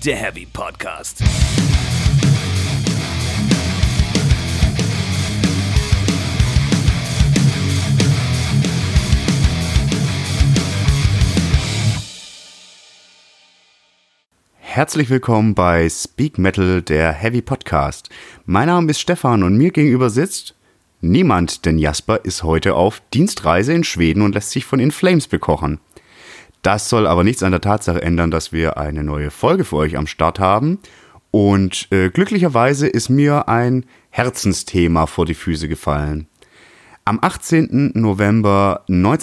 der Heavy Podcast. Herzlich willkommen bei Speak Metal, der Heavy Podcast. Mein Name ist Stefan und mir gegenüber sitzt niemand, denn Jasper ist heute auf Dienstreise in Schweden und lässt sich von In Flames bekochen. Das soll aber nichts an der Tatsache ändern, dass wir eine neue Folge für euch am Start haben. Und glücklicherweise ist mir ein Herzensthema vor die Füße gefallen. Am 18. November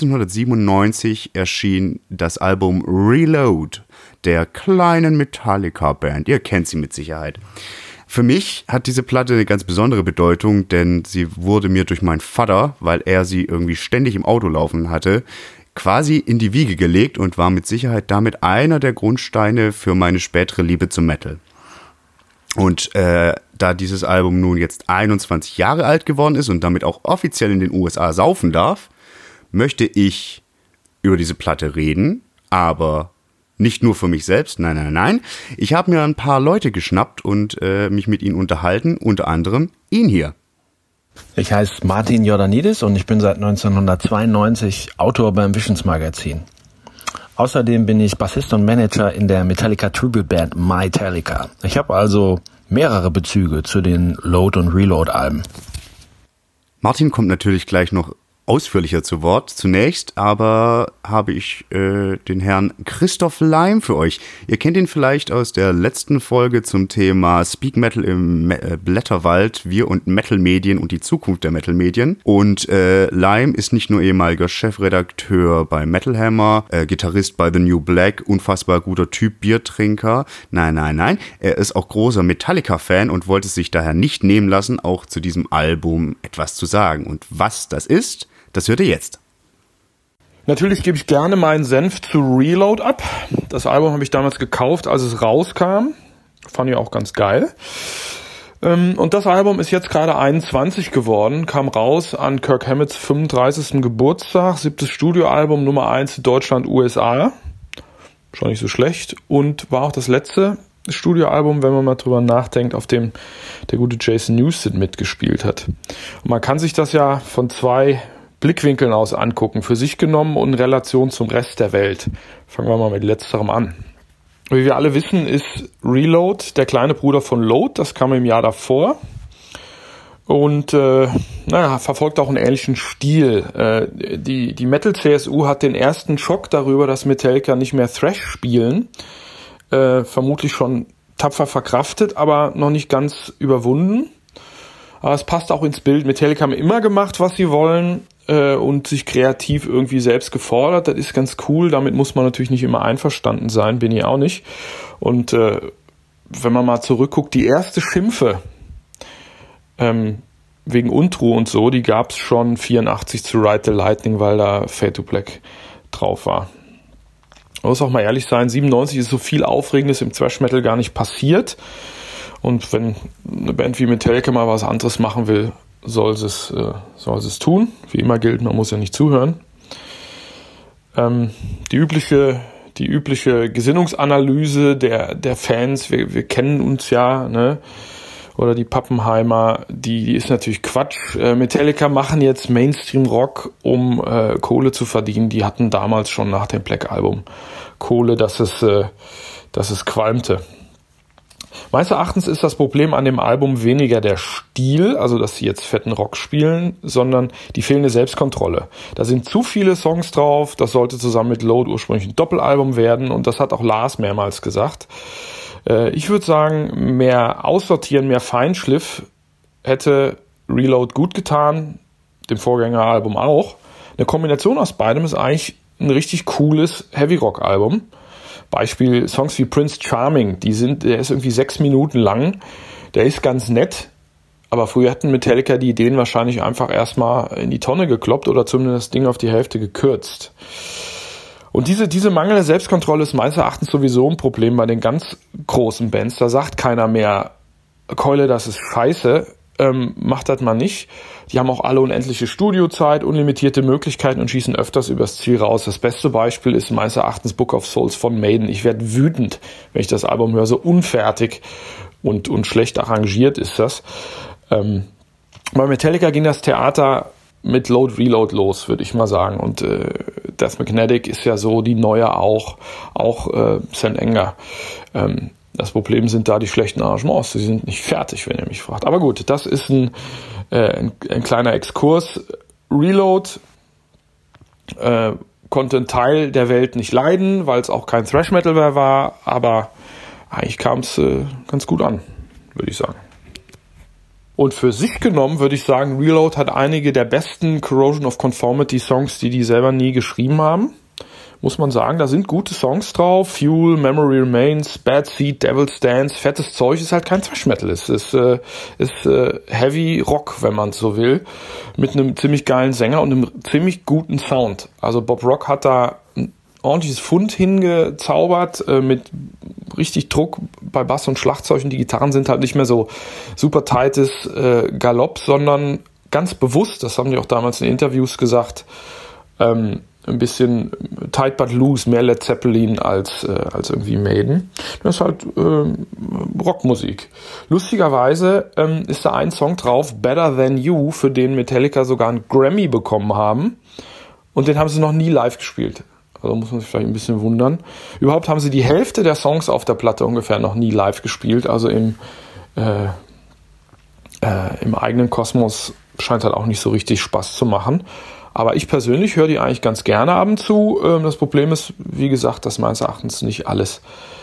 1997 erschien das Album Reload der kleinen Metallica-Band. Ihr kennt sie mit Sicherheit. Für mich hat diese Platte eine ganz besondere Bedeutung, denn sie wurde mir durch meinen Vater, weil er sie irgendwie ständig im Auto laufen hatte, quasi in die Wiege gelegt und war mit Sicherheit damit einer der Grundsteine für meine spätere Liebe zum Metal. Und da dieses Album nun jetzt 21 Jahre alt geworden ist und damit auch offiziell in den USA saufen darf, möchte ich über diese Platte reden, aber nicht nur für mich selbst, nein. Ich habe mir ein paar Leute geschnappt und mich mit ihnen unterhalten, unter anderem ihn hier. Ich heiße Martin Jordanidis und ich bin seit 1992 Autor beim Visions Magazin. Außerdem bin ich Bassist und Manager in der Metallica Tribute Band Metallica. Ich habe also mehrere Bezüge zu den Load- und Reload-Alben. Martin kommt natürlich gleich noch ausführlicher zu Wort. Zunächst aber habe ich den Herrn Christoph Leim für euch. Ihr kennt ihn vielleicht aus der letzten Folge zum Thema Speak Metal im Blätterwald, wir und Metal-Medien und die Zukunft der Metal-Medien. Und Leim ist nicht nur ehemaliger Chefredakteur bei Metal Hammer, Gitarrist bei The New Black, unfassbar guter Typ, Biertrinker. Nein. Er ist auch großer Metallica-Fan und wollte es sich daher nicht nehmen lassen, auch zu diesem Album etwas zu sagen. Und was das ist, das hört ihr jetzt. Natürlich gebe ich gerne meinen Senf zu Reload ab. Das Album habe ich damals gekauft, als es rauskam. Fand ich auch ganz geil. Und das Album ist jetzt gerade 21 geworden, kam raus an Kirk Hammetts 35. Geburtstag, 7. Studioalbum, Nummer 1 Deutschland, USA. Schon nicht so schlecht. Und war auch das letzte Studioalbum, wenn man mal drüber nachdenkt, auf dem der gute Jason Newsted mitgespielt hat. Und man kann sich das ja von zwei Blickwinkeln aus angucken, für sich genommen und in Relation zum Rest der Welt. Fangen wir mal mit letzterem an. Wie wir alle wissen, ist Reload der kleine Bruder von Load, das kam im Jahr davor und verfolgt auch einen ähnlichen Stil. Die Metal-CSU hat den ersten Schock darüber, dass Metallica nicht mehr Thrash spielen, vermutlich schon tapfer verkraftet, aber noch nicht ganz überwunden. Aber es passt auch ins Bild. Metallica haben immer gemacht, was sie wollen und sich kreativ irgendwie selbst gefordert. Das ist ganz cool. Damit muss man natürlich nicht immer einverstanden sein, bin ich auch nicht. Und wenn man mal zurückguckt, die erste Schimpfe wegen Untruhe und so, die gab es schon 84 zu Ride the Lightning, weil da Fade to Black drauf war. Man muss auch mal ehrlich sein, 97 ist so viel Aufregendes im Thrash Metal gar nicht passiert. Und wenn eine Band wie Metallica mal was anderes machen will, soll sie es tun. Wie immer gilt, man muss ja nicht zuhören. Die übliche Gesinnungsanalyse der Fans, wir kennen uns ja, ne? Oder die Pappenheimer, die ist natürlich Quatsch. Metallica machen jetzt Mainstream-Rock, um Kohle zu verdienen. Die hatten damals schon nach dem Black-Album Kohle, dass es qualmte. Meines Erachtens ist das Problem an dem Album weniger der Stil, also dass sie jetzt fetten Rock spielen, sondern die fehlende Selbstkontrolle. Da sind zu viele Songs drauf, das sollte zusammen mit Load ursprünglich ein Doppelalbum werden und das hat auch Lars mehrmals gesagt. Ich würde sagen, mehr Aussortieren, mehr Feinschliff hätte Reload gut getan, dem Vorgängeralbum auch. Eine Kombination aus beidem ist eigentlich ein richtig cooles Heavy-Rock-Album. Beispiel Songs wie Prince Charming, der ist irgendwie 6 Minuten lang, der ist ganz nett, aber früher hätten Metallica die Ideen wahrscheinlich einfach erstmal in die Tonne gekloppt oder zumindest das Ding auf die Hälfte gekürzt. Und diese mangelnde Selbstkontrolle ist meines Erachtens sowieso ein Problem bei den ganz großen Bands. Da sagt keiner mehr, Keule, das ist scheiße, macht das mal nicht. Die haben auch alle unendliche Studiozeit, unlimitierte Möglichkeiten und schießen öfters übers Ziel raus. Das beste Beispiel ist meines Erachtens Book of Souls von Maiden. Ich werde wütend, wenn ich das Album höre. So unfertig und schlecht arrangiert ist das. Bei Metallica ging das Theater mit Load Reload los, würde ich mal sagen. Und Death Magnetic ist ja so, die neue auch St. Anger. Das Problem sind da die schlechten Arrangements. Die sind nicht fertig, wenn ihr mich fragt. Aber gut, das ist ein kleiner Exkurs. Reload konnte einen Teil der Welt nicht leiden, weil es auch kein Thrash Metal mehr war. Aber eigentlich kam es ganz gut an, würde ich sagen. Und für sich genommen würde ich sagen, Reload hat einige der besten Corrosion of Conformity Songs, die selber nie geschrieben haben. Muss man sagen, da sind gute Songs drauf. Fuel, Memory Remains, Bad Seed, Devil's Dance, fettes Zeug, ist halt kein Thrash Metal. Es ist Heavy Rock, wenn man es so will, mit einem ziemlich geilen Sänger und einem ziemlich guten Sound. Also Bob Rock hat da ein ordentliches Fund hingezaubert, mit richtig Druck bei Bass und Schlagzeug, und die Gitarren sind halt nicht mehr so super tightes Galopp, sondern ganz bewusst, das haben die auch damals in Interviews gesagt, ein bisschen tight but loose, mehr Led Zeppelin als irgendwie Maiden. Das ist halt Rockmusik. Lustigerweise ist da ein Song drauf, Better Than You, für den Metallica sogar einen Grammy bekommen haben, und den haben sie noch nie live gespielt. Also muss man sich vielleicht ein bisschen wundern. Überhaupt haben sie die Hälfte der Songs auf der Platte ungefähr noch nie live gespielt. Also im eigenen Kosmos scheint halt auch nicht so richtig Spaß zu machen. Aber ich persönlich höre die eigentlich ganz gerne ab und zu. Das Problem ist, wie gesagt, dass meines Erachtens nicht alles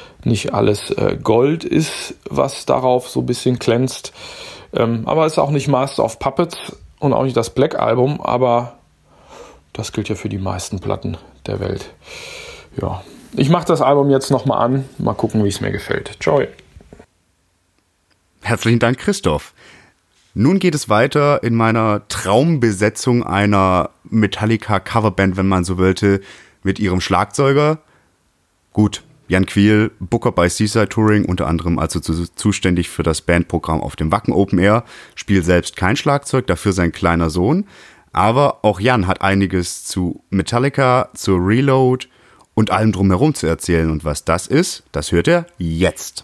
Gold ist, was darauf so ein bisschen glänzt. Aber es ist auch nicht Master of Puppets und auch nicht das Black Album, aber das gilt ja für die meisten Platten der Welt. Ja, ich mache das Album jetzt nochmal an. Mal gucken, wie es mir gefällt. Ciao. Herzlichen Dank, Christoph. Nun geht es weiter in meiner Traumbesetzung einer Metallica-Coverband, wenn man so wollte, mit ihrem Schlagzeuger. Gut, Jan Kwiel, Booker bei Seaside Touring, unter anderem also zuständig für das Bandprogramm auf dem Wacken Open Air, spielt selbst kein Schlagzeug, dafür sein kleiner Sohn. Aber auch Jan hat einiges zu Metallica, zu Reload und allem drumherum zu erzählen. Und was das ist, das hört ihr jetzt.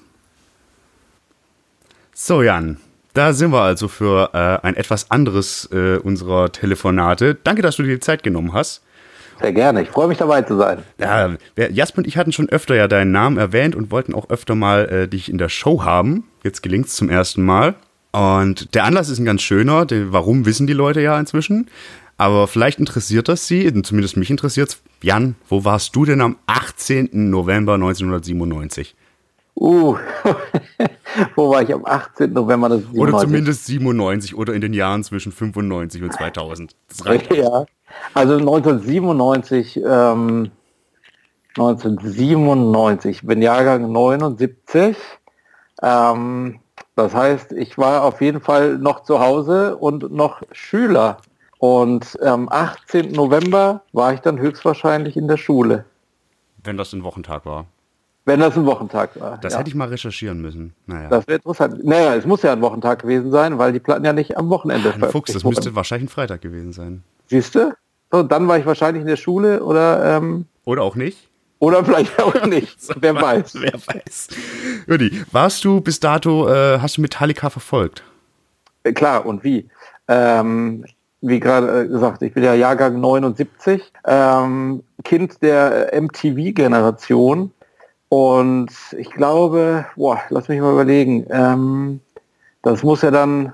So, Jan, da sind wir also für ein etwas anderes unserer Telefonate. Danke, dass du dir die Zeit genommen hast. Sehr gerne, ich freue mich dabei zu sein. Ja, Jasper und ich hatten schon öfter ja deinen Namen erwähnt und wollten auch öfter mal dich in der Show haben. Jetzt gelingt es zum ersten Mal. Und der Anlass ist ein ganz schöner. Warum, wissen die Leute ja inzwischen. Aber vielleicht interessiert das sie, zumindest mich interessiert es. Jan, wo warst du denn am 18. November 1997? Wo war ich am 18. November 1997? Oder zumindest 97 oder in den Jahren zwischen 95 und 2000. Das reicht. Ja, also 1997, ich bin Jahrgang 79. Das heißt, ich war auf jeden Fall noch zu Hause und noch Schüler. Und am 18. November war ich dann höchstwahrscheinlich in der Schule. Wenn das ein Wochentag war. Wenn das ein Wochentag war. Das hätte ich mal recherchieren müssen. Naja. Das wäre interessant. Naja, es muss ja ein Wochentag gewesen sein, weil die Platten ja nicht am Wochenende Ein Fuchs, das müsste wahrscheinlich ein Freitag gewesen sein. Siehst du? So, dann war ich wahrscheinlich in der Schule oder... Oder auch nicht. Oder vielleicht auch nicht. Wer weiß. Wer weiß. Rudi, warst du bis dato, hast du Metallica verfolgt? Klar, und wie? Wie gerade gesagt, ich bin ja Jahrgang 79, Kind der MTV-Generation. Und ich glaube, lass mich mal überlegen, das muss ja dann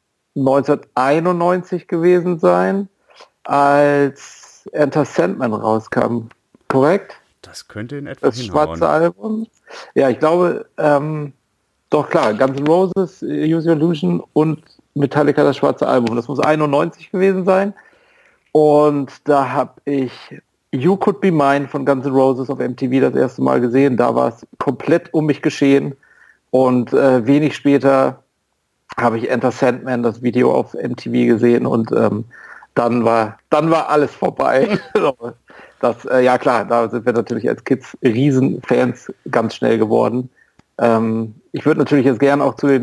1991 gewesen sein, als Enter Sandman rauskam. Korrekt? Das könnte in etwa das hinhauen. Schwarze Album. Ja, ich glaube, doch klar, Guns N' Roses, Use Your Illusion und Metallica, das Schwarze Album. Das muss 91 gewesen sein. Und da habe ich You Could Be Mine von Guns N' Roses auf MTV das erste Mal gesehen. Da war es komplett um mich geschehen. Und wenig später habe ich Enter Sandman, das Video auf MTV gesehen. Und dann war alles vorbei. Das, ja klar, da sind wir natürlich als Kids Riesenfans ganz schnell geworden. Ich würde natürlich jetzt gerne auch zu den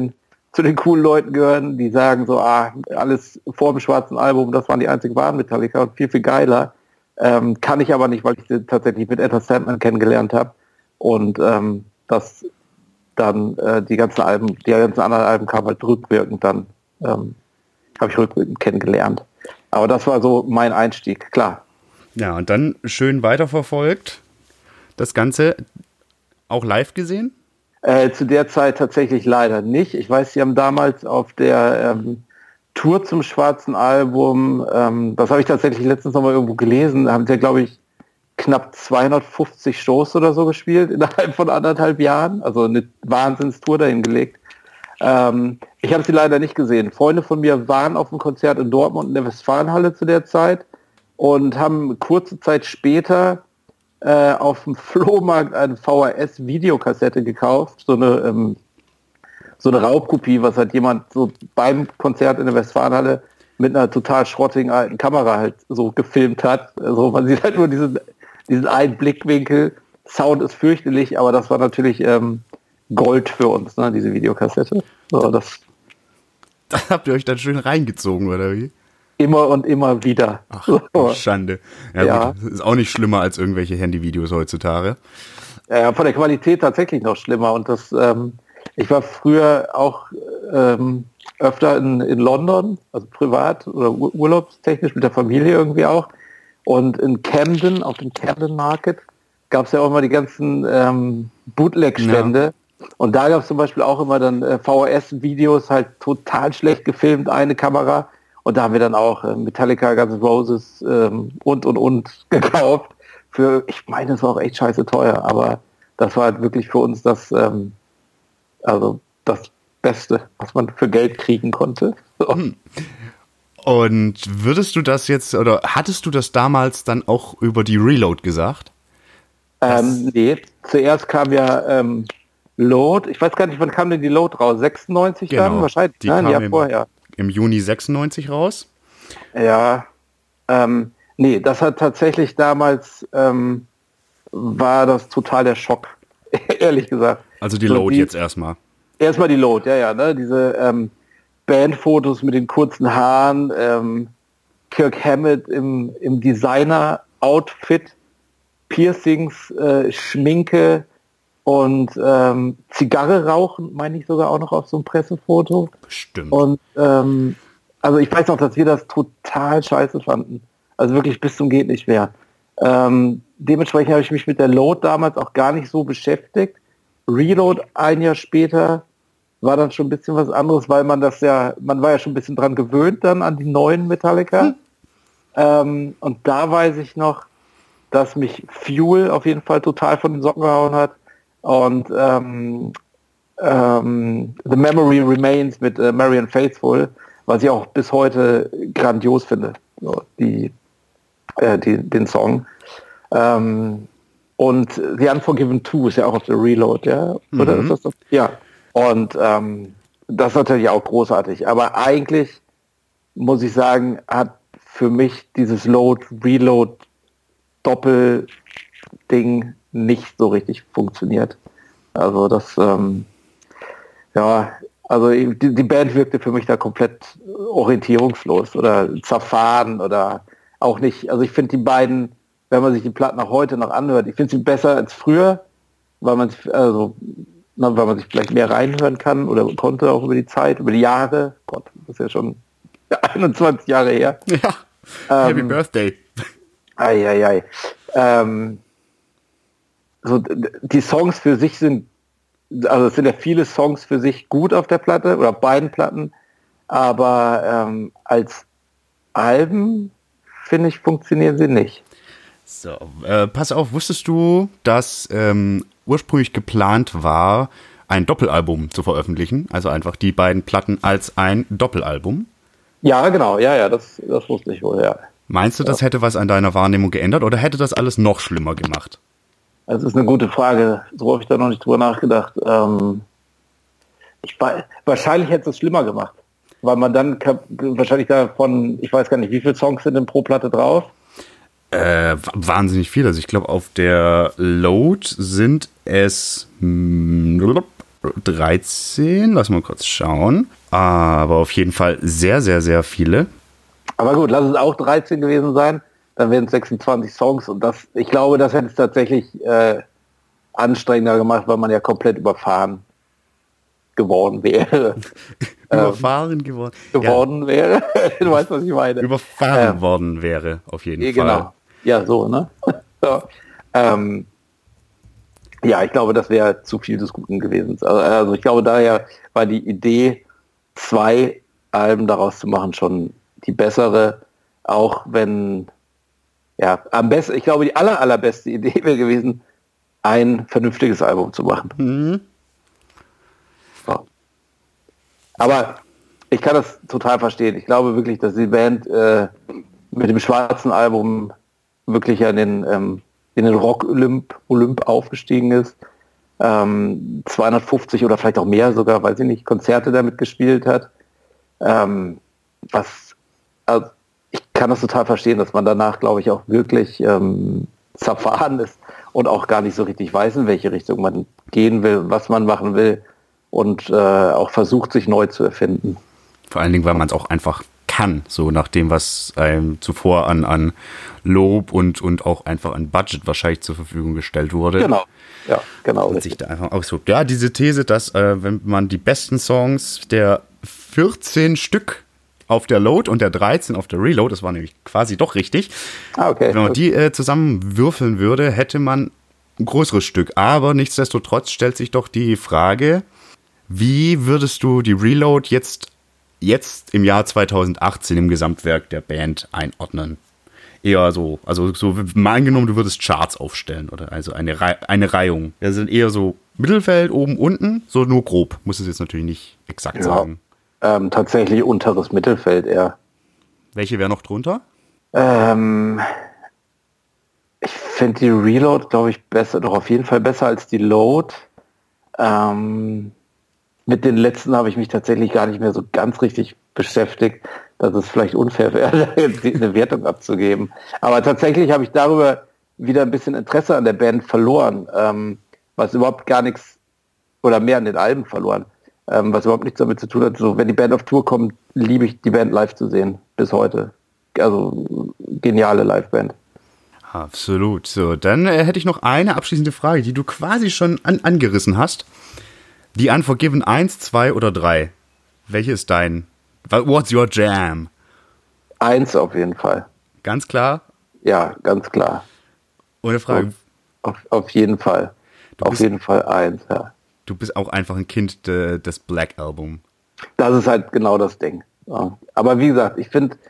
zu den coolen Leuten gehören, die sagen so, alles vor dem schwarzen Album, das waren die einzigen wahren Metallica und viel, viel geiler. Kann ich aber nicht, weil ich sie tatsächlich mit Enter Sandman kennengelernt habe und das dann die ganzen anderen Alben kamen halt rückwirkend dann, habe ich rückwirkend kennengelernt. Aber das war so mein Einstieg, klar. Ja, und dann schön weiterverfolgt. Das Ganze auch live gesehen? Zu der Zeit tatsächlich leider nicht. Ich weiß, sie haben damals auf der Tour zum schwarzen Album, das habe ich tatsächlich letztens noch mal irgendwo gelesen, haben sie, glaube ich, knapp 250 Shows oder so gespielt innerhalb von 1,5 Jahren. Also eine Wahnsinnstour dahin gelegt. Ich habe sie leider nicht gesehen. Freunde von mir waren auf dem Konzert in Dortmund in der Westfalenhalle zu der Zeit und haben kurze Zeit später auf dem Flohmarkt eine VHS-Videokassette gekauft, so eine Raubkopie, was halt jemand so beim Konzert in der Westfalenhalle mit einer total schrottigen alten Kamera halt so gefilmt hat. Also man sieht halt nur diesen einen Blickwinkel. Sound ist fürchterlich, aber das war natürlich Gold für uns, ne, diese Videokassette. So, das habt ihr euch dann schön reingezogen, oder wie? Immer und immer wieder. Ach, Schande. Ja. Gut, ist auch nicht schlimmer als irgendwelche Handyvideos heutzutage. Ja, von der Qualität tatsächlich noch schlimmer. Und das, ich war früher auch öfter in London, also privat oder urlaubstechnisch mit der Familie irgendwie auch. Und in Camden, auf dem Camden Market, gab es ja auch immer die ganzen Bootleg-Stände. Ja. Und da gab es zum Beispiel auch immer dann VHS-Videos, halt total schlecht gefilmt, eine Kamera. Und da haben wir dann auch Metallica, Guns N' Roses und gekauft. Ich meine, es war auch echt scheiße teuer, aber das war halt wirklich für uns das Beste, was man für Geld kriegen konnte. So. Und würdest du das jetzt, oder hattest du das damals dann auch über die Reload gesagt? Nee, zuerst kam ja Load. Ich weiß gar nicht, wann kam denn die Load raus? 96 genau. Dann? Wahrscheinlich, die kam ja, vorher. Im Juni 96 raus? Ja, nee, das hat tatsächlich damals, war das total der Schock, ehrlich gesagt. Also die Load jetzt erstmal. Erstmal die Load, ja, ne, diese Bandfotos mit den kurzen Haaren, Kirk Hammett im Designer-Outfit, Piercings, Schminke und Zigarre rauchen, meine ich sogar auch noch auf so einem Pressefoto. Stimmt. Und also ich weiß noch, dass wir das total scheiße fanden. Also wirklich bis zum geht nicht mehr. Dementsprechend habe ich mich mit der Load damals auch gar nicht so beschäftigt. Reload ein Jahr später war dann schon ein bisschen was anderes, weil man war ja schon ein bisschen dran gewöhnt dann an die neuen Metallica. Und da weiß ich noch, dass mich Fuel auf jeden Fall total von den Socken gehauen hat. Und The Memory Remains mit Marianne Faithfull, was ich auch bis heute grandios finde, so, den Song. Und The Unforgiven 2 ist ja auch auf der Reload, ja? Oder ist das? Ja. Und das ist natürlich auch großartig. Aber eigentlich, muss ich sagen, hat für mich dieses Load-Reload Doppelding nicht so richtig funktioniert. Also das, also die Band wirkte für mich da komplett orientierungslos oder zerfahren oder auch nicht. Also ich finde die beiden, wenn man sich die Platten auch heute noch anhört, ich finde sie besser als früher, weil man sich vielleicht mehr reinhören kann oder konnte auch über die Zeit, über die Jahre. Gott, das ist ja schon 21 Jahre her. Ja, Happy Birthday. Eieiei. So, die Songs für sich sind, also es sind ja viele Songs für sich gut auf der Platte oder auf beiden Platten, aber als Alben, finde ich, funktionieren sie nicht. So, pass auf, wusstest du, dass ursprünglich geplant war, ein Doppelalbum zu veröffentlichen? Also einfach die beiden Platten als ein Doppelalbum? Ja, genau, ja, das wusste ich wohl, ja. Meinst du, das hätte was an deiner Wahrnehmung geändert oder hätte das alles noch schlimmer gemacht? Das ist eine gute Frage. So habe ich da noch nicht drüber nachgedacht. Wahrscheinlich hätte es schlimmer gemacht, weil man dann wahrscheinlich davon, ich weiß gar nicht, wie viele Songs sind denn pro Platte drauf? Wahnsinnig viel. Also ich glaube, auf der Load sind es 13, lass mal kurz schauen. Aber auf jeden Fall sehr, sehr, sehr viele. Aber gut, lass es auch 13 gewesen sein, dann wären es 26 Songs und das, ich glaube, das hätte es tatsächlich anstrengender gemacht, weil man ja komplett überfahren geworden wäre. Überfahren geworden wäre. Du weißt, was ich meine. Überfahren worden wäre, auf jeden Fall. Genau. Ja, so, ne? So. Ja, ich glaube, das wäre zu viel des Guten gewesen. Also ich glaube, daher war die Idee, 2 Alben daraus zu machen, schon die bessere, auch wenn, ja, am besten, ich glaube, die allerbeste Idee wäre gewesen, ein vernünftiges Album zu machen. Mhm. So. Aber ich kann das total verstehen. Ich glaube wirklich, dass die Band mit dem schwarzen Album wirklich in den Rock-Olymp Aufgestiegen ist. 250 oder vielleicht auch mehr sogar, weiß ich nicht, Konzerte damit gespielt hat. Also ich kann das total verstehen, dass man danach, glaube ich, auch wirklich zerfahren ist und auch gar nicht so richtig weiß, in welche Richtung man gehen will, was man machen will und auch versucht, sich neu zu erfinden. Vor allen Dingen, weil man es auch einfach kann, so nach dem, was einem zuvor an Lob und auch einfach an Budget wahrscheinlich zur Verfügung gestellt wurde. Genau, ja, genau. Und sich da einfach ausdrückt. Ja, diese These, dass wenn man die besten Songs der 14 Stück auf der Load und der 13 auf der Reload, das war nämlich quasi doch richtig, okay. Wenn man die zusammenwürfeln würde, hätte man ein größeres Stück. Aber nichtsdestotrotz stellt sich doch die Frage, wie würdest du die Reload jetzt im Jahr 2018 im Gesamtwerk der Band einordnen? Eher so, also so mal angenommen, du würdest Charts aufstellen oder also eine Reihung. Das sind eher so Mittelfeld, oben, unten, so nur grob. Muss es jetzt natürlich nicht exakt sagen. Tatsächlich unteres Mittelfeld eher. Welche wäre noch drunter? Ich finde die Reload, glaube ich, besser, doch auf jeden Fall besser als die Load. Mit den letzten habe ich mich tatsächlich gar nicht mehr so ganz richtig beschäftigt, dass es vielleicht unfair wäre, eine Wertung abzugeben. Aber tatsächlich habe ich darüber wieder ein bisschen Interesse an der Band verloren, was überhaupt gar nichts, oder mehr an den Alben verloren, was überhaupt nichts damit zu tun hat. So, wenn die Band auf Tour kommt, liebe ich die Band live zu sehen, bis heute. Also geniale Liveband. Absolut. So, dann hätte ich noch eine abschließende Frage, die du quasi schon angerissen hast. Die Unforgiven 1, 2 oder 3? Welche ist dein? What's your jam? 1 auf jeden Fall. Ganz klar? Ja, ganz klar. Ohne Frage. Auf jeden Fall. Auf jeden Fall 1, ja. Du bist auch einfach ein Kind des Black Album. Das ist halt genau das Ding. Ja. Aber wie gesagt, ich finde,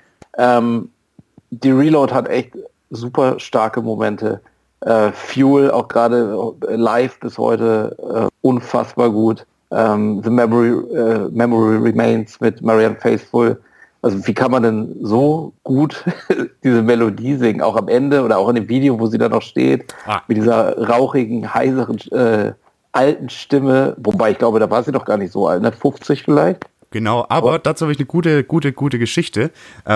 die Reload hat echt super starke Momente. Fuel auch gerade live bis heute unfassbar gut. The Memory Remains mit Marianne Faithfull. Also wie kann man denn so gut diese Melodie singen, auch am Ende oder auch in dem Video, wo sie da noch steht, mit dieser rauchigen, heiseren, alten Stimme, wobei ich glaube, da war sie doch gar nicht so alt, ne? 50 vielleicht? Genau, aber dazu habe ich eine gute Geschichte.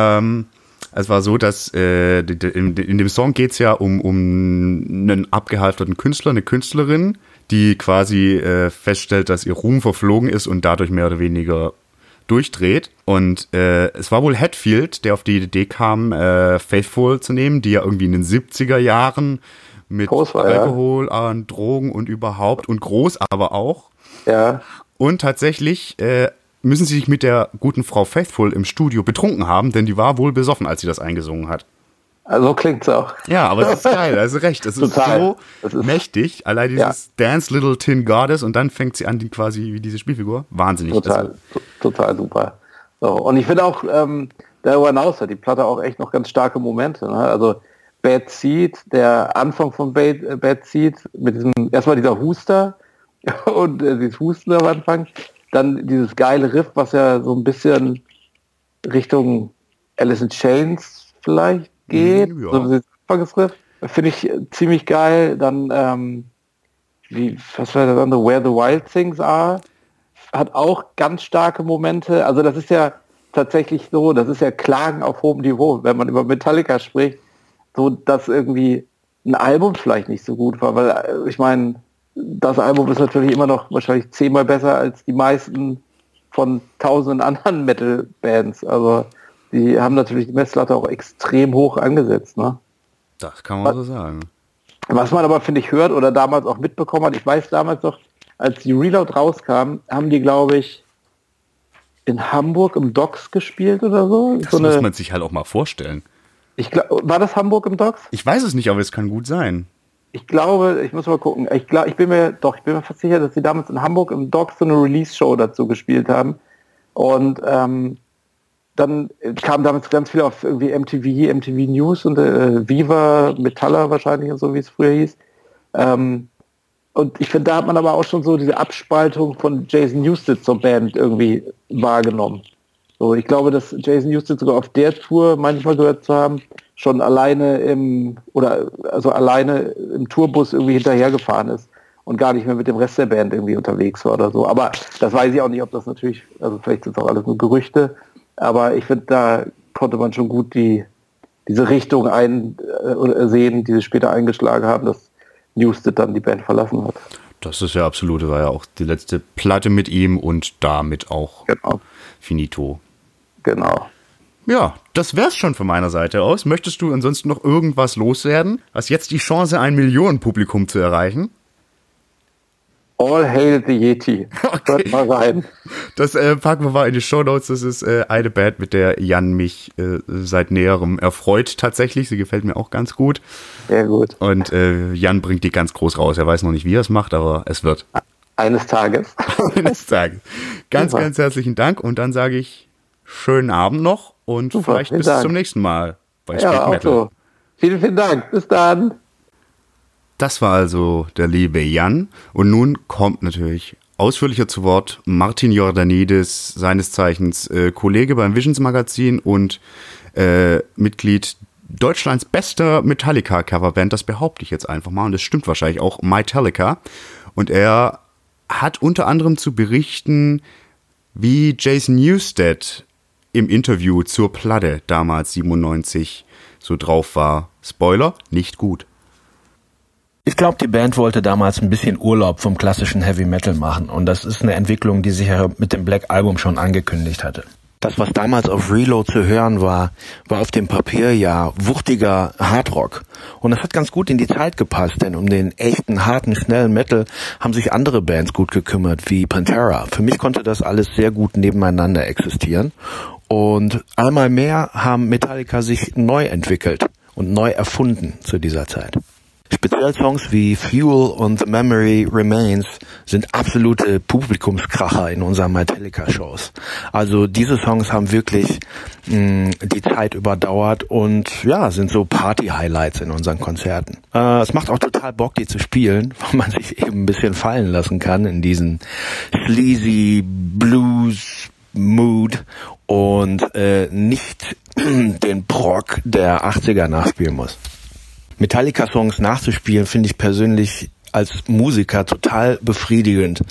Es war so, dass in dem Song geht es ja um einen abgehalfterten Künstler, eine Künstlerin, die quasi feststellt, dass ihr Ruhm verflogen ist und dadurch mehr oder weniger durchdreht. Und es war wohl Hetfield, der auf die Idee kam, Faithful zu nehmen, die ja irgendwie in den 70er Jahren mit Alkohol, Drogen und überhaupt und groß aber auch. Ja. Und tatsächlich müssen sie sich mit der guten Frau Faithful im Studio betrunken haben, denn die war wohl besoffen, als sie das eingesungen hat. Also klingt's auch. Ja, aber es ist geil, also recht. Es ist so mächtig, allein dieses Dance Little Tin Goddess und dann fängt sie an, die quasi wie diese Spielfigur. Wahnsinnig. Total super. So, und ich finde auch, darüber hinaus hat die Platte auch echt noch ganz starke Momente. Ne? Also Bad Seed, der Anfang von Bad Seed, mit diesem, erstmal dieser Huster und dieses Husten am Anfang, dann dieses geile Riff, was ja so ein bisschen Richtung Alice in Chains vielleicht geht, ja. so dieses Anfangsriff, finde ich ziemlich geil. Dann, was war das andere? Where the Wild Things Are, hat auch ganz starke Momente. Also das ist ja tatsächlich so, das ist ja Klagen auf hohem Niveau, wenn man über Metallica spricht, so dass irgendwie ein Album vielleicht nicht so gut war, weil ich meine, das Album ist natürlich immer noch wahrscheinlich 10-mal besser als die meisten von tausenden anderen Metal-Bands. Also die haben natürlich die Messlatte auch extrem hoch angesetzt. Ne? Das kann man so sagen. Was man aber, finde ich, hört oder damals auch mitbekommen hat, ich weiß damals noch, als die Reload rauskam, haben die, glaube ich, in Hamburg im Docks gespielt oder so. Das muss man sich halt auch mal vorstellen. War das Hamburg im Docks? Ich weiß es nicht, aber es kann gut sein. Ich glaube, ich muss mal gucken. Ich bin mir fast sicher, dass sie damals in Hamburg im Docks so eine Release-Show dazu gespielt haben. Und dann kam damals ganz viel auf irgendwie MTV News und Viva, Metaller wahrscheinlich und so, wie es früher hieß. Und ich finde, da hat man aber auch schon so diese Abspaltung von Jason Newsted zur Band irgendwie wahrgenommen. So, ich glaube, dass Jason Newsted sogar auf der Tour manchmal gehört zu haben, schon alleine im Tourbus irgendwie hinterhergefahren ist und gar nicht mehr mit dem Rest der Band irgendwie unterwegs war oder so. Aber das weiß ich auch nicht, ob das natürlich, also vielleicht sind es auch alles nur Gerüchte, aber ich finde, da konnte man schon gut diese Richtung sehen, die sie später eingeschlagen haben, dass Newsted dann die Band verlassen hat. Das ist ja absolut, war ja auch die letzte Platte mit ihm und damit auch finito. Genau. Ja, das wär's schon von meiner Seite aus. Möchtest du ansonsten noch irgendwas loswerden? Hast jetzt die Chance, 1 Millionen-Publikum zu erreichen? All Hail the Yeti. Okay. Hört mal rein. Das packen wir mal in die Shownotes. Das ist eine Band, mit der Jan mich seit Näherem erfreut tatsächlich. Sie gefällt mir auch ganz gut. Sehr gut. Und Jan bringt die ganz groß raus. Er weiß noch nicht, wie er es macht, aber es wird. Eines Tages. Eines Tages. Ganz herzlichen Dank. Und dann sage ich schönen Abend noch und Super, vielleicht bis zum nächsten Mal bei Speak auch Metal. so. Vielen Dank. Bis dann. Das war also der liebe Jan. Und nun kommt natürlich ausführlicher zu Wort Martin Jordanidis, seines Zeichens Kollege beim Visions Magazin und Mitglied Deutschlands bester Metallica-Coverband. Das behaupte ich jetzt einfach mal. Und das stimmt wahrscheinlich auch, Metallica. Und er hat unter anderem zu berichten, wie Jason Newsted im Interview zur Platte damals 97 so drauf war. Spoiler, nicht gut. Ich glaube, die Band wollte damals ein bisschen Urlaub vom klassischen Heavy Metal machen und das ist eine Entwicklung, die sich ja mit dem Black Album schon angekündigt hatte. Das, was damals auf Reload zu hören war auf dem Papier ja wuchtiger Hardrock. Und das hat ganz gut in die Zeit gepasst, denn um den echten, harten, schnellen Metal haben sich andere Bands gut gekümmert, wie Pantera. Für mich konnte das alles sehr gut nebeneinander existieren. Und einmal mehr haben Metallica sich neu entwickelt und neu erfunden zu dieser Zeit. Speziell Songs wie Fuel und The Memory Remains sind absolute Publikumskracher in unseren Metallica-Shows. Also diese Songs haben wirklich die Zeit überdauert und ja, sind so Party-Highlights in unseren Konzerten. Es macht auch total Bock, die zu spielen, weil man sich eben ein bisschen fallen lassen kann in diesen sleazy Blues-Mood und nicht den Prog der 80er nachspielen muss. Metallica-Songs nachzuspielen, finde ich persönlich als Musiker total befriedigend.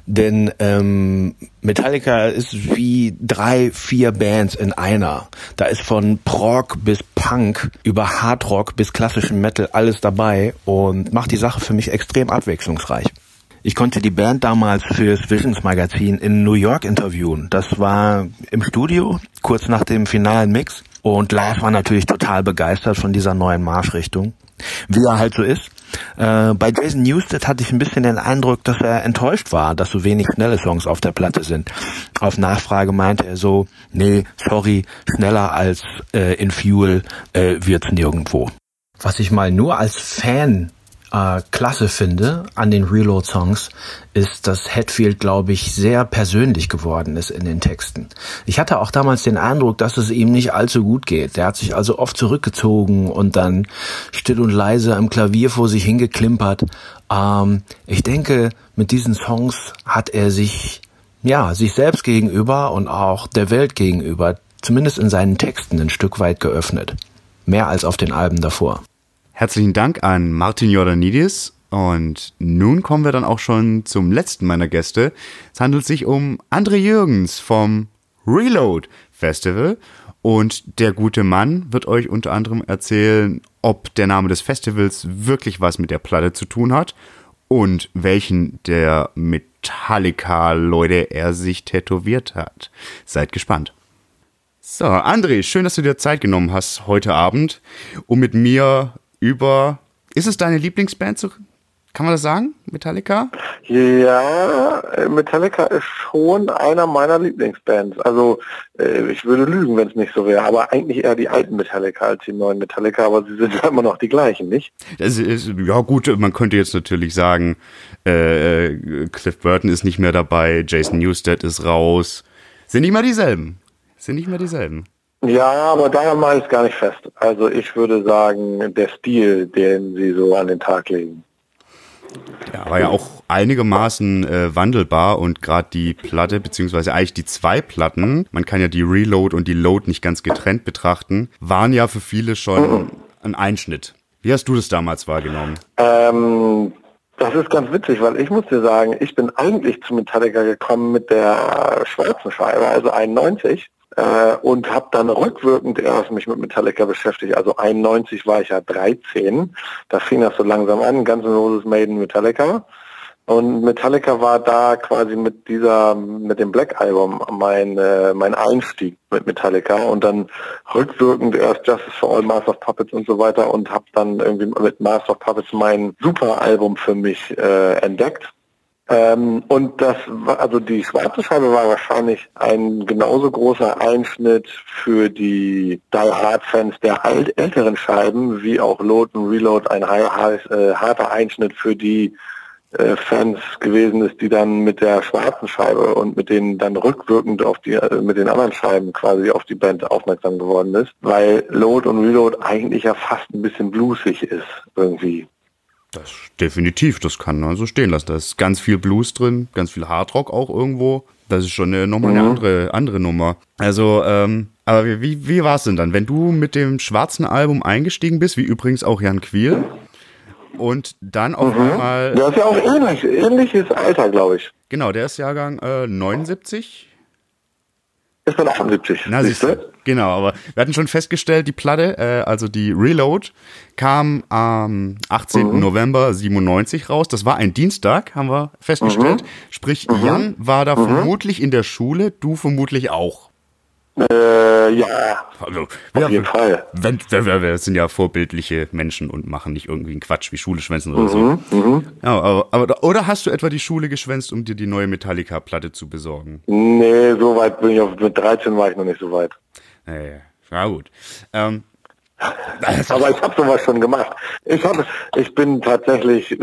Denn Metallica ist wie 3-4 Bands in einer. Da ist von Prog bis Punk über Hardrock bis klassischen Metal alles dabei und macht die Sache für mich extrem abwechslungsreich. Ich konnte die Band damals fürs Visions Magazin in New York interviewen. Das war im Studio, kurz nach dem finalen Mix. Und Lars war natürlich total begeistert von dieser neuen Marschrichtung, wie er halt so ist. Bei Jason Newsted hatte ich ein bisschen den Eindruck, dass er enttäuscht war, dass so wenig schnelle Songs auf der Platte sind. Auf Nachfrage meinte er so, nee, sorry, schneller als in Fuel wird's nirgendwo. Was ich mal nur als Fan klasse finde an den Reload-Songs, ist, dass Hetfield, glaube ich, sehr persönlich geworden ist in den Texten. Ich hatte auch damals den Eindruck, dass es ihm nicht allzu gut geht. Der hat sich also oft zurückgezogen und dann still und leise am Klavier vor sich hingeklimpert. Ich denke, mit diesen Songs hat er sich selbst gegenüber und auch der Welt gegenüber, zumindest in seinen Texten, ein Stück weit geöffnet. Mehr als auf den Alben davor. Herzlichen Dank an Martin Jordanidis und nun kommen wir dann auch schon zum letzten meiner Gäste. Es handelt sich um André Jürgens vom Reload Festival und der gute Mann wird euch unter anderem erzählen, ob der Name des Festivals wirklich was mit der Platte zu tun hat und welchen der Metallica-Leute er sich tätowiert hat. Seid gespannt. So, André, schön, dass du dir Zeit genommen hast heute Abend, um mit mir über... Ist es deine Lieblingsband? Kann man das sagen? Metallica? Ja, Metallica ist schon einer meiner Lieblingsbands. Also ich würde lügen, wenn es nicht so wäre. Aber eigentlich eher die alten Metallica als die neuen Metallica. Aber sie sind ja immer noch die gleichen, nicht? Ja gut, man könnte jetzt natürlich sagen, Cliff Burton ist nicht mehr dabei, Jason Newsted ist raus. Sind nicht mehr dieselben. Ja, aber daran mache ich es gar nicht fest. Also ich würde sagen, der Stil, den sie so an den Tag legen. Ja, war ja auch einigermaßen wandelbar und gerade die Platte, beziehungsweise eigentlich die zwei Platten, man kann ja die Reload und die Load nicht ganz getrennt betrachten, waren ja für viele schon ein Einschnitt. Wie hast du das damals wahrgenommen? Das ist ganz witzig, weil ich muss dir sagen, ich bin eigentlich zu Metallica gekommen mit der schwarzen Scheibe, also 91. Und habe dann rückwirkend erst mich mit Metallica beschäftigt. Also 91 war ich ja 13. Da fing das so langsam an, Guns N' Roses, Maiden, Metallica. Und Metallica war da quasi mit dem Black Album mein Einstieg mit Metallica und dann rückwirkend erst Justice for All, Master of Puppets und so weiter und habe dann irgendwie mit Master of Puppets mein Super-Album für mich entdeckt. Und also die schwarze Scheibe war wahrscheinlich ein genauso großer Einschnitt für die Die Hard Fans der älteren Scheiben, wie auch Load und Reload ein harter Einschnitt für die Fans gewesen ist, die dann mit der schwarzen Scheibe und mit denen dann rückwirkend mit den anderen Scheiben quasi auf die Band aufmerksam geworden ist, weil Load und Reload eigentlich ja fast ein bisschen bluesig ist irgendwie. Das definitiv, das kann man so stehen lassen. Da ist ganz viel Blues drin, ganz viel Hardrock auch irgendwo. Das ist schon nochmal eine andere Nummer. Also, aber wie war es denn dann, wenn du mit dem schwarzen Album eingestiegen bist, wie übrigens auch Jan Kwiel, und dann auf einmal... Der ist ja auch ähnliches Alter, glaube ich. Genau, der ist Jahrgang 79. Ist dann 78. Na, siehst du? Genau, aber wir hatten schon festgestellt, die Platte, also die Reload, kam am 18. November 97 raus. Das war ein Dienstag, haben wir festgestellt. Sprich, Jan war da vermutlich in der Schule, du vermutlich auch. Ja, also, auf jeden Fall. Wir sind ja vorbildliche Menschen und machen nicht irgendwie einen Quatsch wie Schule schwänzen oder so. Ja, aber oder hast du etwa die Schule geschwänzt, um dir die neue Metallica-Platte zu besorgen? Nee, so weit bin ich mit 13 war ich noch nicht so weit. Ja gut. Aber ich habe sowas schon gemacht. Ich bin tatsächlich,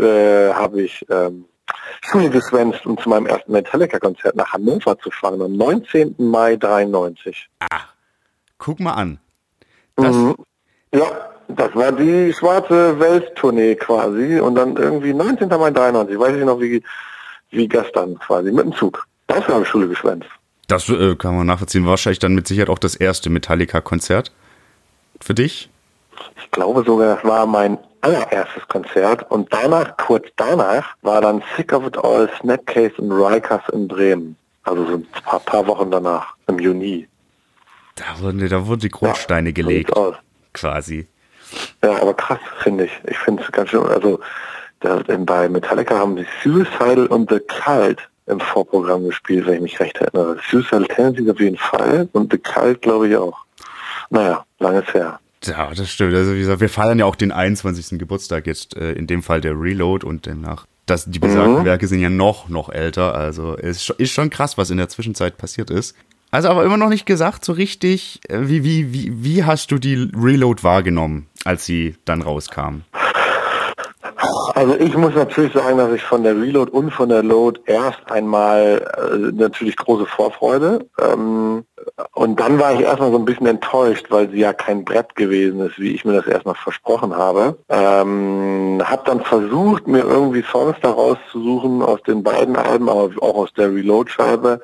Schule geschwänzt, um zu meinem ersten Metallica-Konzert nach Hannover zu fahren, am 19. Mai 93. Guck mal an. Ja, das war die schwarze Welt-Tournee quasi und dann irgendwie 19. Mai 93, weiß ich noch wie gestern quasi, mit dem Zug. Dafür habe ich Schule geschwänzt. Das kann man nachvollziehen. Wahrscheinlich dann mit Sicherheit auch das erste Metallica-Konzert für dich? Ich glaube sogar, das war mein allererstes Konzert und kurz danach, war dann Sick of It All, Snapcase und Rikers in Bremen. Also so ein paar Wochen danach, im Juni. Da wurden die Grundsteine gelegt, quasi. Ja, aber krass, finde ich. Ich finde es ganz schön, also bei Metallica haben sie Suicidal und The Cult im Vorprogramm gespielt, wenn ich mich recht erinnere. Suicidal Tendencies auf jeden Fall und The Cult glaube ich auch. Naja, langes her. Ja, das stimmt. Also wie gesagt, wir feiern ja auch den 21. Geburtstag jetzt, in dem Fall der Reload und demnach, die besagten Werke sind ja noch älter. Also es ist schon krass, was in der Zwischenzeit passiert ist. Also aber immer noch nicht gesagt so richtig, wie hast du die Reload wahrgenommen, als sie dann rauskam? Also ich muss natürlich sagen, dass ich von der Reload und von der Load erst einmal natürlich große Vorfreude und dann war ich erstmal so ein bisschen enttäuscht, weil sie ja kein Brett gewesen ist, wie ich mir das erstmal versprochen habe. Hab dann versucht, mir irgendwie Songs daraus zu suchen aus den beiden Alben, aber auch aus der Reload-Scheibe,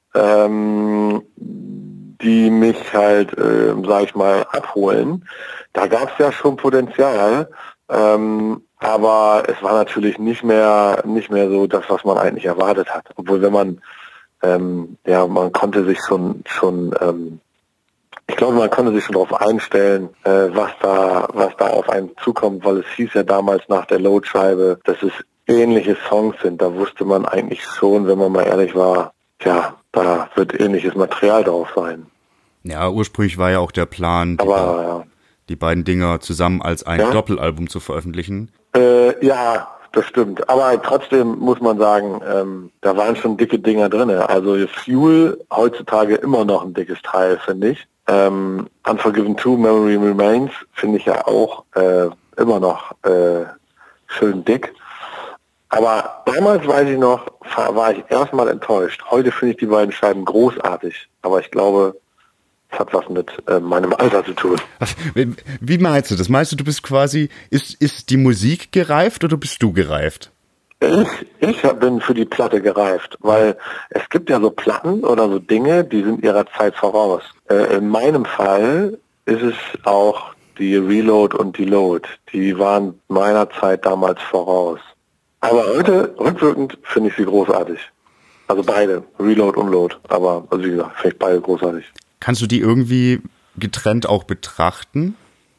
die mich halt, sag ich mal, abholen. Da gab es ja schon Potenzial. Aber es war natürlich nicht mehr so das, was man eigentlich erwartet hat. Obwohl, wenn man, man konnte sich schon, ich glaube, man konnte sich schon darauf einstellen, was da auf einen zukommt, weil es hieß ja damals nach der Load-Scheibe, dass es ähnliche Songs sind. Da wusste man eigentlich schon, wenn man mal ehrlich war, ja, da wird ähnliches Material drauf sein. Ja, ursprünglich war ja auch der Plan, die beiden Dinger zusammen als ein Doppelalbum zu veröffentlichen. Ja, das stimmt. Aber trotzdem muss man sagen, da waren schon dicke Dinger drin. Also Fuel, heutzutage immer noch ein dickes Teil, finde ich. Unforgiven 2, Memory Remains, finde ich ja auch immer noch schön dick. Aber damals, weiß ich noch, war ich erstmal enttäuscht. Heute finde ich die beiden Scheiben großartig. Aber ich glaube, es hat was mit meinem Alter zu tun. Wie meinst du das? Meinst du, du bist quasi, ist die Musik gereift oder bist du gereift? Ich bin für die Platte gereift, weil es gibt ja so Platten oder so Dinge, die sind ihrer Zeit voraus. In meinem Fall ist es auch die Reload und die Load. Die waren meiner Zeit damals voraus. Aber heute, rückwirkend, finde ich sie großartig. Also beide, Reload und Load. Aber, also wie gesagt, finde ich beide großartig. Kannst du die irgendwie getrennt auch betrachten?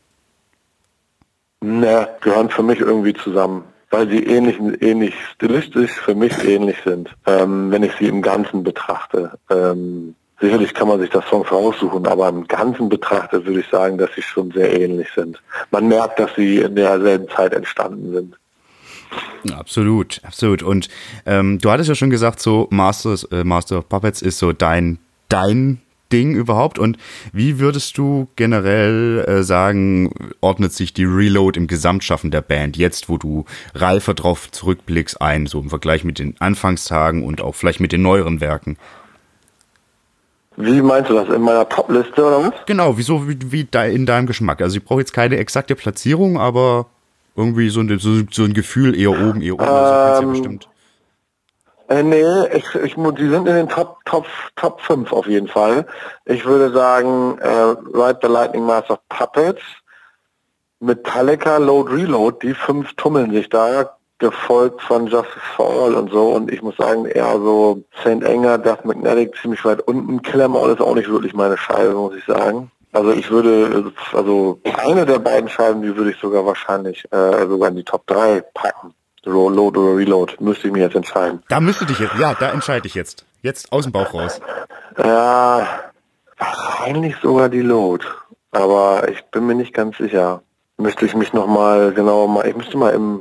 Ne, gehören für mich irgendwie zusammen. Weil sie ähnlich stilistisch für mich ähnlich sind, wenn ich sie im Ganzen betrachte. Sicherlich kann man sich das Songs raussuchen, aber im Ganzen betrachtet würde ich sagen, dass sie schon sehr ähnlich sind. Man merkt, dass sie in derselben Zeit entstanden sind. Absolut, absolut. Und du hattest ja schon gesagt, so Master of Puppets ist so dein Ding überhaupt. Und wie würdest du generell sagen, ordnet sich die Reload im Gesamtschaffen der Band jetzt, wo du reifer drauf zurückblickst, ein, so im Vergleich mit den Anfangstagen und auch vielleicht mit den neueren Werken? Wie meinst du das? In meiner Top-Liste oder was? Genau, wie in deinem Geschmack. Also ich brauche jetzt keine exakte Platzierung, aber irgendwie so ein Gefühl eher oben, so kannst du ja bestimmt. Nee, die sind in den Top 5 auf jeden Fall. Ich würde sagen, Ride the Lightning Master of Puppets, Metallica, Load, Reload, die 5 tummeln sich da, gefolgt von Justice for All und so. Und ich muss sagen, eher so St. Anger, Death Magnetic ziemlich weit unten. Kill 'Em All ist auch nicht wirklich meine Scheibe, muss ich sagen. Also eine der beiden Scheiben, die würde ich sogar wahrscheinlich sogar in die Top 3 packen. Load oder Reload, müsste ich mir jetzt entscheiden. Da entscheide ich jetzt. Jetzt aus dem Bauch raus. Ja, wahrscheinlich sogar die Load. Aber ich bin mir nicht ganz sicher. Müsste ich mich nochmal ich müsste mal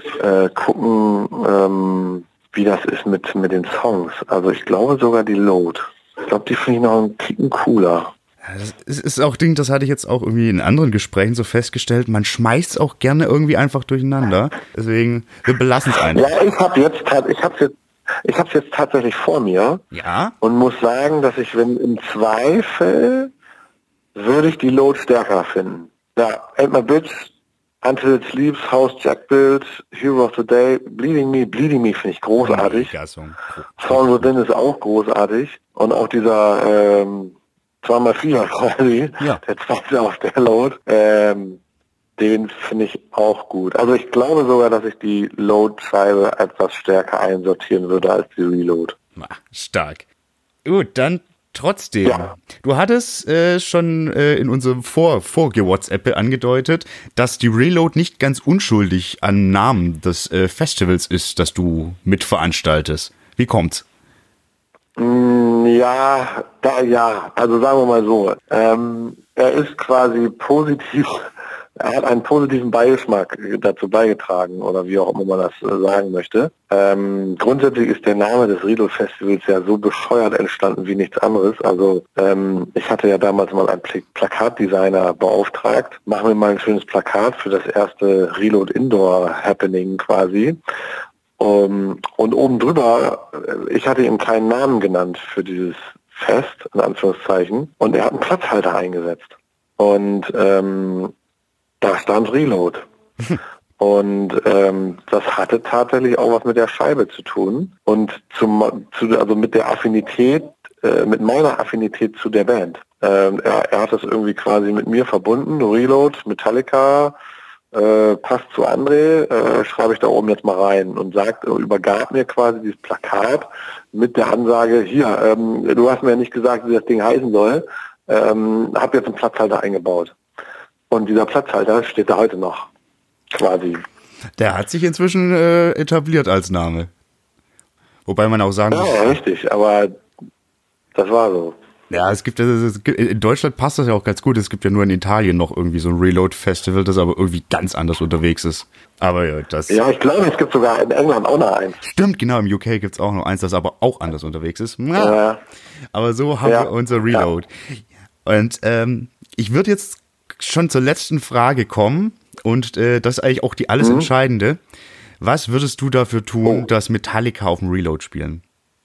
gucken, wie das ist mit den Songs. Also ich glaube sogar die Load. Ich glaube, die finde ich noch einen Ticken cooler. Das ist auch Ding, das hatte ich jetzt auch irgendwie in anderen Gesprächen so festgestellt, man schmeißt es auch gerne irgendwie einfach durcheinander. Deswegen, wir belassen es einfach. Ja, ich hab's jetzt tatsächlich vor mir. Ja? Und muss sagen, dass ich, wenn im Zweifel, würde ich die Load stärker finden. Ja, Ain't My Bitch, Until It Sleeps, House Jack Build, Hero of the Day, Bleeding Me finde ich großartig. Song Within ist auch großartig. Und auch dieser, 2x4 quasi, der zweite auf der Load, den finde ich auch gut. Also ich glaube sogar, dass ich die Load-Scheibe etwas stärker einsortieren würde als die Reload. Stark. Gut, dann trotzdem. Ja. Du hattest schon in unserem Vorge-WhatsApp angedeutet, dass die Reload nicht ganz unschuldig an Namen des Festivals ist, das du mitveranstaltest. Wie kommt's? Also sagen wir mal so, er ist quasi positiv, er hat einen positiven Beigeschmack dazu beigetragen oder wie auch immer man das sagen möchte. Grundsätzlich ist der Name des Reload Festivals ja so bescheuert entstanden wie nichts anderes. Also ich hatte ja damals mal einen Plakatdesigner beauftragt, machen wir mal ein schönes Plakat für das erste Reload Indoor Happening quasi. Und oben drüber, ich hatte ihm keinen Namen genannt für dieses Fest, in Anführungszeichen, und er hat einen Platzhalter eingesetzt. Und da stand Reload. Und das hatte tatsächlich auch was mit der Scheibe zu tun und also mit der Affinität, mit meiner Affinität zu der Band. Er hat das irgendwie quasi mit mir verbunden, Reload, Metallica, passt zu André, schreibe ich da oben jetzt mal rein und übergab mir quasi dieses Plakat mit der Ansage, hier, du hast mir ja nicht gesagt, wie das Ding heißen soll, hab jetzt einen Platzhalter eingebaut. Und dieser Platzhalter steht da heute noch quasi Der hat sich inzwischen etabliert als Name. Wobei man auch sagen muss... Ja, richtig, aber das war so. Ja, in Deutschland passt das ja auch ganz gut. Es gibt ja nur in Italien noch irgendwie so ein Reload-Festival, das aber irgendwie ganz anders unterwegs ist. Aber ja, das... Ja, ich glaube, es gibt sogar in England auch noch eins. Stimmt, genau, im UK gibt's auch noch eins, das aber auch anders unterwegs ist. Aber so haben wir unser Reload. Ja. Und ich würde jetzt schon zur letzten Frage kommen und das ist eigentlich auch die alles Entscheidende. Was würdest du dafür tun, dass Metallica auf dem Reload spielen?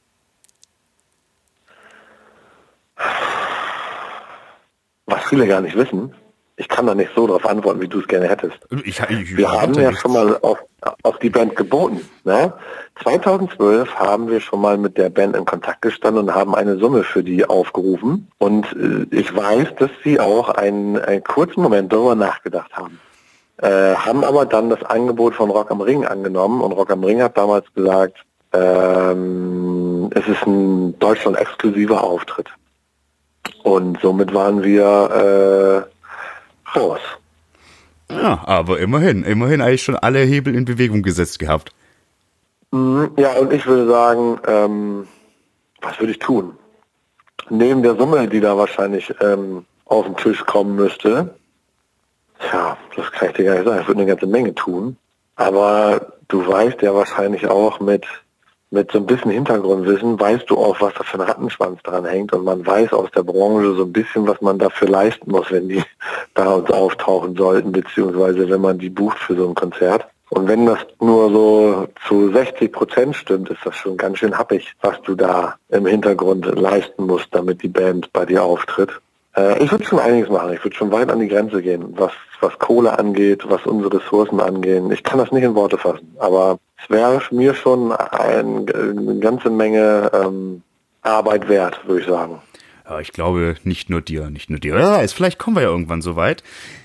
Was viele gar nicht wissen, ich kann da nicht so drauf antworten, wie du es gerne hättest. Wir haben ja schon mal auf die Band geboten. Ne? 2012 haben wir schon mal mit der Band in Kontakt gestanden und haben eine Summe für die aufgerufen. Und ich weiß, dass sie auch einen kurzen Moment darüber nachgedacht haben. Haben aber dann das Angebot von Rock am Ring angenommen. Und Rock am Ring hat damals gesagt, es ist ein Deutschland-exklusiver Auftritt. Und somit waren wir raus. Ja, aber immerhin eigentlich schon alle Hebel in Bewegung gesetzt gehabt. Ja, und ich würde sagen, was würde ich tun? Neben der Summe, die da wahrscheinlich auf den Tisch kommen müsste, tja, das kann ich dir gar nicht sagen, ich würde eine ganze Menge tun. Aber du weißt ja wahrscheinlich auch mit so ein bisschen Hintergrundwissen, weißt du auch, was da für ein Rattenschwanz dran hängt, und man weiß aus der Branche so ein bisschen, was man dafür leisten muss, wenn die da uns auftauchen sollten, beziehungsweise wenn man die bucht für so ein Konzert. Und wenn das nur so zu 60% stimmt, ist das schon ganz schön happig, was du da im Hintergrund leisten musst, damit die Band bei dir auftritt. Ich würde schon einiges machen. Ich würde schon weit an die Grenze gehen, was Kohle angeht, was unsere Ressourcen angehen. Ich kann das nicht in Worte fassen, aber es wäre mir schon eine ganze Menge Arbeit wert, würde ich sagen. Ja, ich glaube, nicht nur dir. Wer weiß, vielleicht kommen wir ja irgendwann so weit.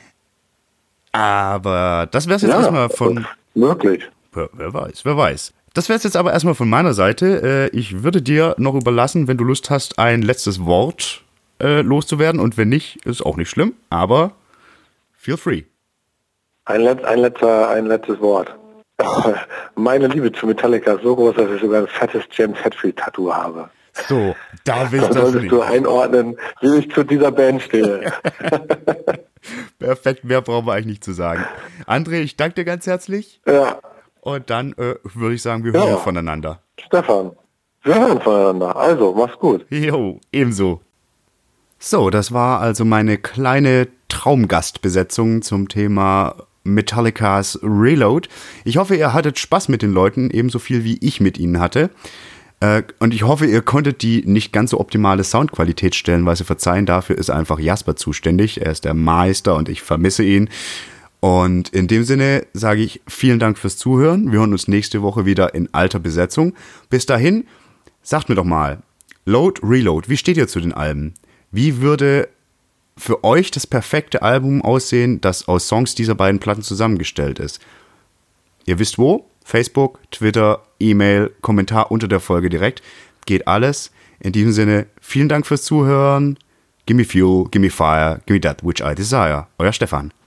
Aber das wäre es jetzt erstmal von... Möglich. Wer weiß. Das wäre es jetzt aber erstmal von meiner Seite. Ich würde dir noch überlassen, wenn du Lust hast, ein letztes Wort loszuwerden. Und wenn nicht, ist auch nicht schlimm, aber feel free. Ein letztes Wort. Meine Liebe zu Metallica ist so groß, dass ich sogar ein fettes James Hetfield-Tattoo habe. So, da willst du das solltest du einordnen, wie ich zu dieser Band stehe. Perfekt, mehr brauchen wir eigentlich nicht zu sagen. André, ich danke dir ganz herzlich. Ja. Und dann würde ich sagen, wir hören voneinander. Stefan, wir hören voneinander. Also, mach's gut. Jo, ebenso. So, das war also meine kleine Traumgastbesetzung zum Thema Metallicas Reload. Ich hoffe, ihr hattet Spaß mit den Leuten, ebenso viel wie ich mit ihnen hatte. Und ich hoffe, ihr konntet die nicht ganz so optimale Soundqualität stellenweise verzeihen. Dafür ist einfach Jasper zuständig. Er ist der Meister und ich vermisse ihn. Und in dem Sinne sage ich vielen Dank fürs Zuhören. Wir hören uns nächste Woche wieder in alter Besetzung. Bis dahin, sagt mir doch mal, Load, Reload, wie steht ihr zu den Alben? Wie würde für euch das perfekte Album aussehen, das aus Songs dieser beiden Platten zusammengestellt ist? Ihr wisst wo? Facebook, Twitter, E-Mail, Kommentar unter der Folge direkt. Geht alles. In diesem Sinne, vielen Dank fürs Zuhören. Gimme fuel, gimme fire, gimme that which I desire. Euer Stefan.